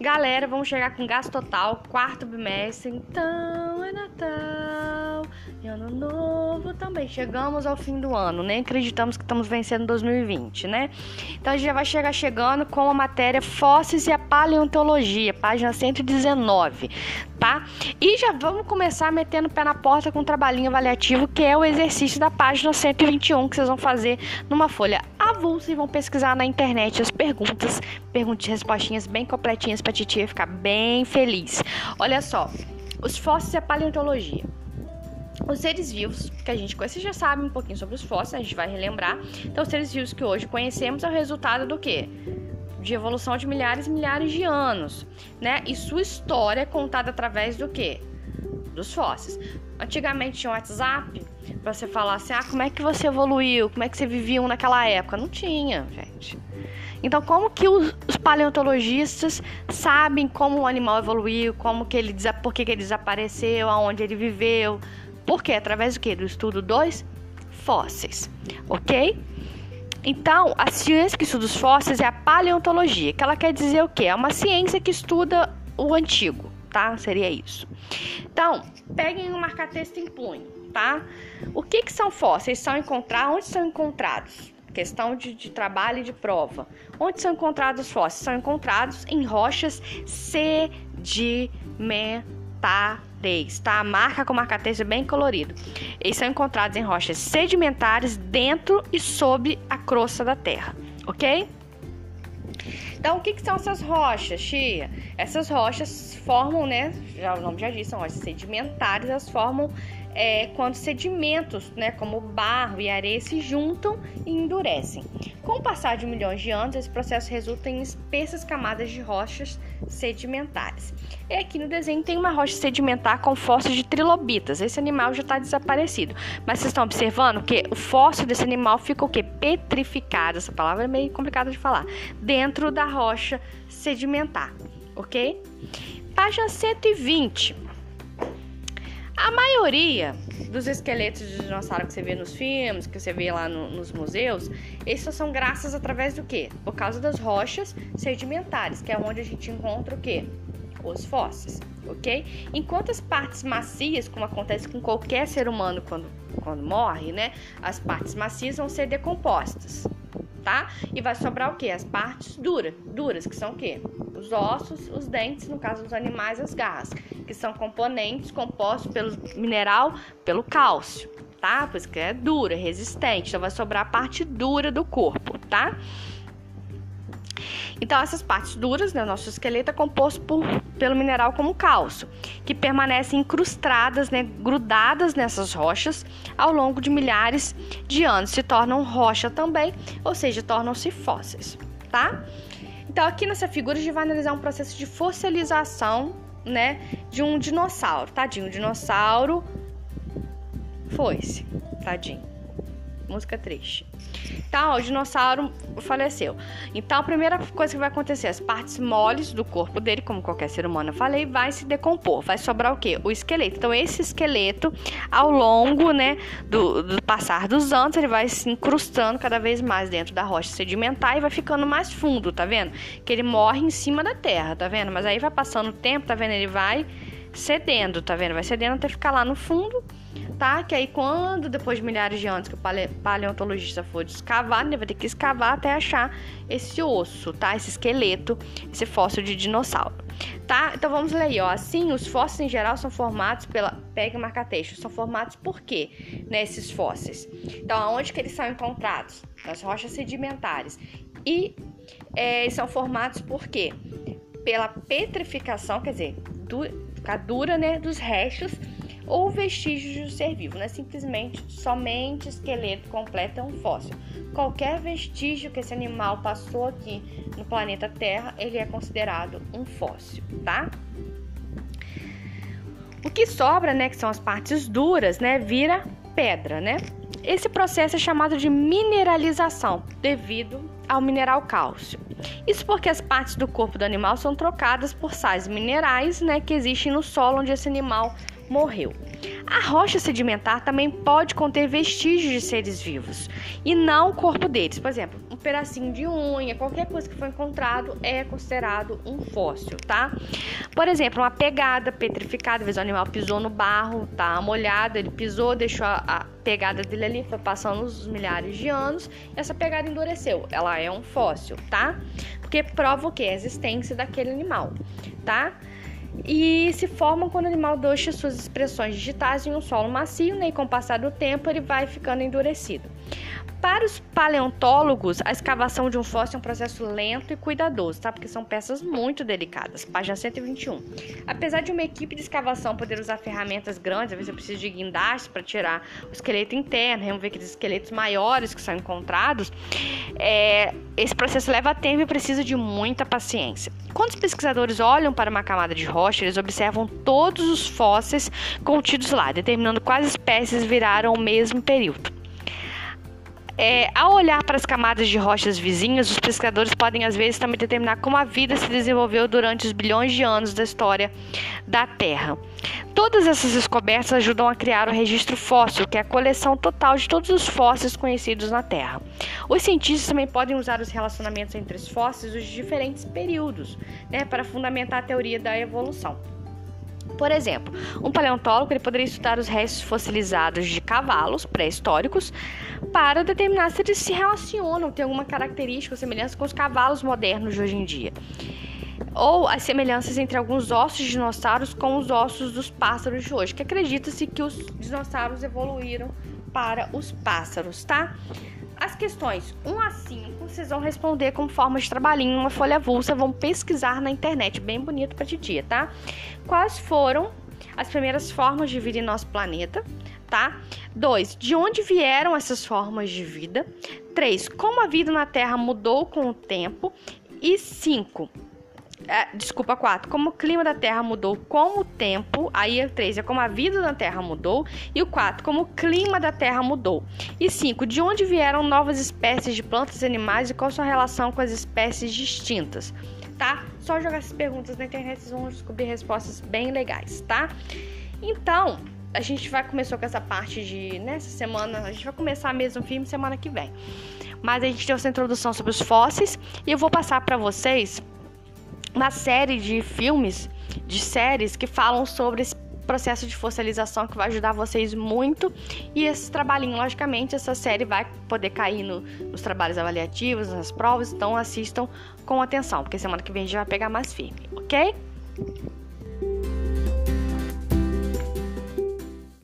Galera, vamos chegar com gasto total, quarto bimestre. Então é Natal e Ano Novo também. Chegamos ao fim do ano, nem acreditamos que estamos vencendo 2020, né? Então a gente já vai chegar chegando com a matéria Fósseis e a Paleontologia, página 119, tá? E já vamos começar metendo o pé na porta com um trabalhinho avaliativo, que é o exercício da página 121, que vocês vão fazer numa folha avulsa e vão pesquisar na internet as perguntas e respostinhas bem completinhas pra titia ficar bem feliz. Olha só, os fósseis e a paleontologia. Os seres vivos que a gente conhece, já sabe um pouquinho sobre os fósseis, a gente vai relembrar. Então, os seres vivos que hoje conhecemos é o resultado do quê? De evolução de milhares e milhares de anos, né? E sua história é contada através do quê? Dos fósseis. Antigamente tinha um WhatsApp pra você falar assim, como é que você evoluiu? Como é que você vivia naquela época? Não tinha, gente. Então, como que os paleontologistas sabem como o animal evoluiu, por que ele desapareceu, aonde ele viveu? Por quê? Através do quê? Do estudo dos fósseis, ok? Então, a ciência que estuda os fósseis é a paleontologia, que ela quer dizer o quê? É uma ciência que estuda o antigo, tá? Seria isso. Então, peguem um marca-texto em punho, tá? O que são fósseis? Onde são encontrados? Questão de trabalho e de prova. Onde são encontrados os fósseis? São encontrados em rochas sedimentares, tá? Marca com marca-texto bem colorido. Eles são encontrados em rochas sedimentares dentro e sob a crosta da terra, ok? Então, o que são essas rochas, tia? Essas rochas formam, né? O nome já diz, são rochas sedimentares. Elas formam quando sedimentos, né, como barro e areia, se juntam e endurecem. Com o passar de milhões de anos, esse processo resulta em espessas camadas de rochas sedimentares. E aqui no desenho tem uma rocha sedimentar com fósseis de trilobitas. Esse animal já está desaparecido. Mas vocês estão observando que o fóssil desse animal fica o quê? Petrificado. Essa palavra é meio complicada de falar. Dentro da rocha sedimentar, ok? Página 120. A maioria dos esqueletos de dinossauro que você vê nos filmes, que você vê lá nos museus, esses são graças através do quê? Por causa das rochas sedimentares, que é onde a gente encontra o quê? Os fósseis, ok? Enquanto as partes macias, como acontece com qualquer ser humano quando morre, né? As partes macias vão ser decompostas, tá? E vai sobrar o quê? As partes duras, que são o quê? Os ossos, os dentes, no caso dos animais, as garras, que são componentes compostos pelo mineral, pelo cálcio, tá? Por isso que é dura, resistente. Então vai sobrar a parte dura do corpo, tá? Então essas partes duras, né, o nosso esqueleto é composto pelo mineral como cálcio, que permanecem incrustadas, né, grudadas nessas rochas ao longo de milhares de anos. Se tornam rocha também, ou seja, tornam-se fósseis, tá? Então aqui nessa figura a gente vai analisar um processo de fossilização, né, de um dinossauro, tadinho, o dinossauro foi-se, tadinho, música triste. Então, o dinossauro faleceu. Então, a primeira coisa que vai acontecer, as partes moles do corpo dele, como qualquer ser humano, eu falei, vai se decompor. Vai sobrar o quê? O esqueleto. Então, esse esqueleto, ao longo, né, do passar dos anos, ele vai se incrustando cada vez mais dentro da rocha sedimentar e vai ficando mais fundo, tá vendo? Que ele morre em cima da terra, tá vendo? Mas aí vai passando o tempo, tá vendo? Ele vai cedendo, tá vendo? Vai cedendo até ficar lá no fundo, tá? Que aí quando, depois de milhares de anos que o paleontologista for escavar, ele vai ter que escavar até achar esse osso, tá? Esse esqueleto, esse fóssil de dinossauro, tá? Então vamos ler aí, ó. Assim, os fósseis em geral são formados pega e marca-texto. São formados por quê, né, esses fósseis? Então, aonde que eles são encontrados? Nas rochas sedimentares. E eles são formados por quê? Pela petrificação, quer dizer, ficar dura, né, dos restos ou vestígios de ser vivo, não é simplesmente somente esqueleto completo é um fóssil. Qualquer vestígio que esse animal passou aqui no planeta Terra, ele é considerado um fóssil, tá? O que sobra, né, que são as partes duras, né, vira pedra, né? Esse processo é chamado de mineralização, devido ao mineral cálcio. Isso porque as partes do corpo do animal são trocadas por sais minerais, né, que existem no solo onde esse animal morreu. A rocha sedimentar também pode conter vestígios de seres vivos e não o corpo deles. Por exemplo, um pedacinho de unha, qualquer coisa que for encontrado é considerado um fóssil, tá? Por exemplo, uma pegada petrificada, às vezes o animal pisou no barro, tá molhado, ele pisou, deixou a pegada dele ali, foi passando os milhares de anos, e essa pegada endureceu. Ela é um fóssil, tá? Porque prova o quê? A existência daquele animal, tá? E se formam quando o animal deixa suas expressões digitais em um solo macio, né? E com o passar do tempo ele vai ficando endurecido. Para os paleontólogos, a escavação de um fóssil é um processo lento e cuidadoso, tá? Porque são peças muito delicadas. Página 121. Apesar de uma equipe de escavação poder usar ferramentas grandes, às vezes eu preciso de guindastes para tirar o esqueleto interno, remover aqueles esqueletos maiores que são encontrados, esse processo leva tempo e precisa de muita paciência. Quando os pesquisadores olham para uma camada de rocha, eles observam todos os fósseis contidos lá, determinando quais espécies viraram o mesmo período. Ao olhar para as camadas de rochas vizinhas, os pesquisadores podem às vezes também determinar como a vida se desenvolveu durante os bilhões de anos da história da Terra. Todas essas descobertas ajudam a criar o registro fóssil, que é a coleção total de todos os fósseis conhecidos na Terra. Os cientistas também podem usar os relacionamentos entre os fósseis dos diferentes períodos, né, para fundamentar a teoria da evolução. Por exemplo, um paleontólogo ele poderia estudar os restos fossilizados de cavalos pré-históricos para determinar se eles se relacionam, tem alguma característica ou semelhança com os cavalos modernos de hoje em dia. Ou as semelhanças entre alguns ossos de dinossauros com os ossos dos pássaros de hoje, que acredita-se que os dinossauros evoluíram para os pássaros, tá? As questões 1 a 5 vocês vão responder como forma de trabalhinho, uma folha avulsa, vão pesquisar na internet, bem bonito pra titia, tá? Quais foram as primeiras formas de vida em nosso planeta, tá? 2, de onde vieram essas formas de vida? 3, como a vida na Terra mudou com o tempo? E 4, como o clima da Terra mudou com o tempo. Aí o 3 é como a vida na Terra mudou. E o 4, como o clima da Terra mudou. E 5, de onde vieram novas espécies de plantas e animais e qual a sua relação com as espécies distintas, tá? Só jogar essas perguntas na internet, vocês vão descobrir respostas bem legais, tá? Então, a gente começou com essa parte nessa semana, a gente vai começar mesmo firme semana que vem. Mas a gente deu essa introdução sobre os fósseis e eu vou passar para vocês uma série de filmes, de séries que falam sobre esse processo de fossilização que vai ajudar vocês muito. E esse trabalhinho, logicamente, essa série vai poder cair nos trabalhos avaliativos, nas provas, então assistam com atenção, porque semana que vem a gente vai pegar mais firme, ok?